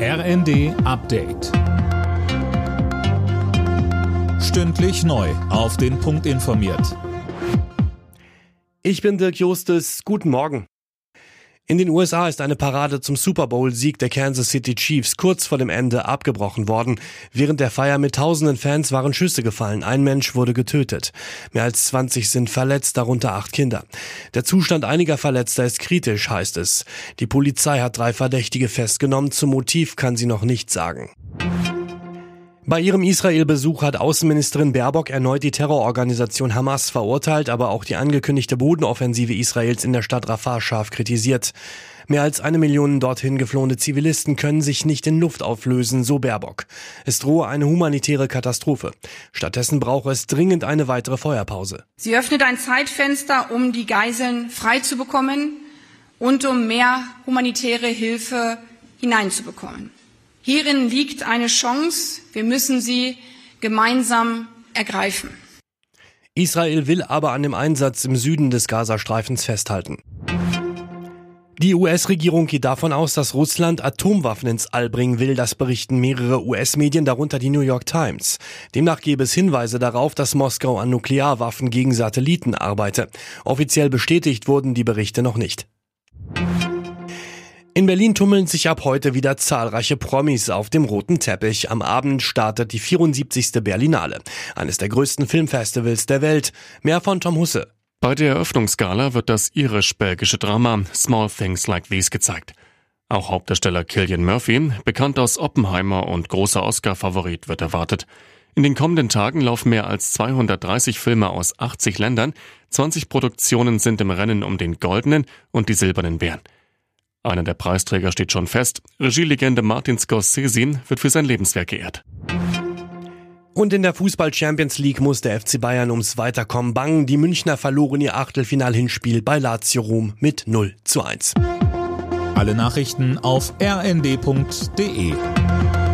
RND Update. Stündlich neu auf den Punkt informiert. Ich bin Dirk Justus. Guten Morgen. In den USA ist eine Parade zum Super Bowl-Sieg der Kansas City Chiefs kurz vor dem Ende abgebrochen worden. Während der Feier mit tausenden Fans waren Schüsse gefallen. Ein Mensch wurde getötet. Mehr als 20 sind verletzt, darunter 8 Kinder. Der Zustand einiger Verletzter ist kritisch, heißt es. Die Polizei hat 3 Verdächtige festgenommen. Zum Motiv kann sie noch nichts sagen. Bei ihrem Israel-Besuch hat Außenministerin Baerbock erneut die Terrororganisation Hamas verurteilt, aber auch die angekündigte Bodenoffensive Israels in der Stadt Rafah scharf kritisiert. Mehr als 1 Million dorthin geflohene Zivilisten können sich nicht in Luft auflösen, so Baerbock. Es drohe eine humanitäre Katastrophe. Stattdessen brauche es dringend eine weitere Feuerpause. Sie öffnet ein Zeitfenster, um die Geiseln frei zu bekommen und um mehr humanitäre Hilfe hineinzubekommen. Hierin liegt eine Chance. Wir müssen sie gemeinsam ergreifen. Israel will aber an dem Einsatz im Süden des Gazastreifens festhalten. Die US-Regierung geht davon aus, dass Russland Atomwaffen ins All bringen will. Das berichten mehrere US-Medien, darunter die New York Times. Demnach gäbe es Hinweise darauf, dass Moskau an Nuklearwaffen gegen Satelliten arbeite. Offiziell bestätigt wurden die Berichte noch nicht. In Berlin tummeln sich ab heute wieder zahlreiche Promis auf dem roten Teppich. Am Abend startet die 74. Berlinale, eines der größten Filmfestivals der Welt. Mehr von Tom Husse. Bei der Eröffnungsgala wird das irisch-belgische Drama Small Things Like These gezeigt. Auch Hauptdarsteller Cillian Murphy, bekannt aus Oppenheimer und großer Oscar-Favorit, wird erwartet. In den kommenden Tagen laufen mehr als 230 Filme aus 80 Ländern. 20 Produktionen sind im Rennen um den goldenen und die silbernen Bären. Einer der Preisträger steht schon fest. Regielegende Martin Scorsese wird für sein Lebenswerk geehrt. Und in der Fußball-Champions League muss der FC Bayern ums Weiterkommen bangen. Die Münchner verloren ihr Achtelfinal-Hinspiel bei Lazio Rom mit 0:1. Alle Nachrichten auf rnd.de.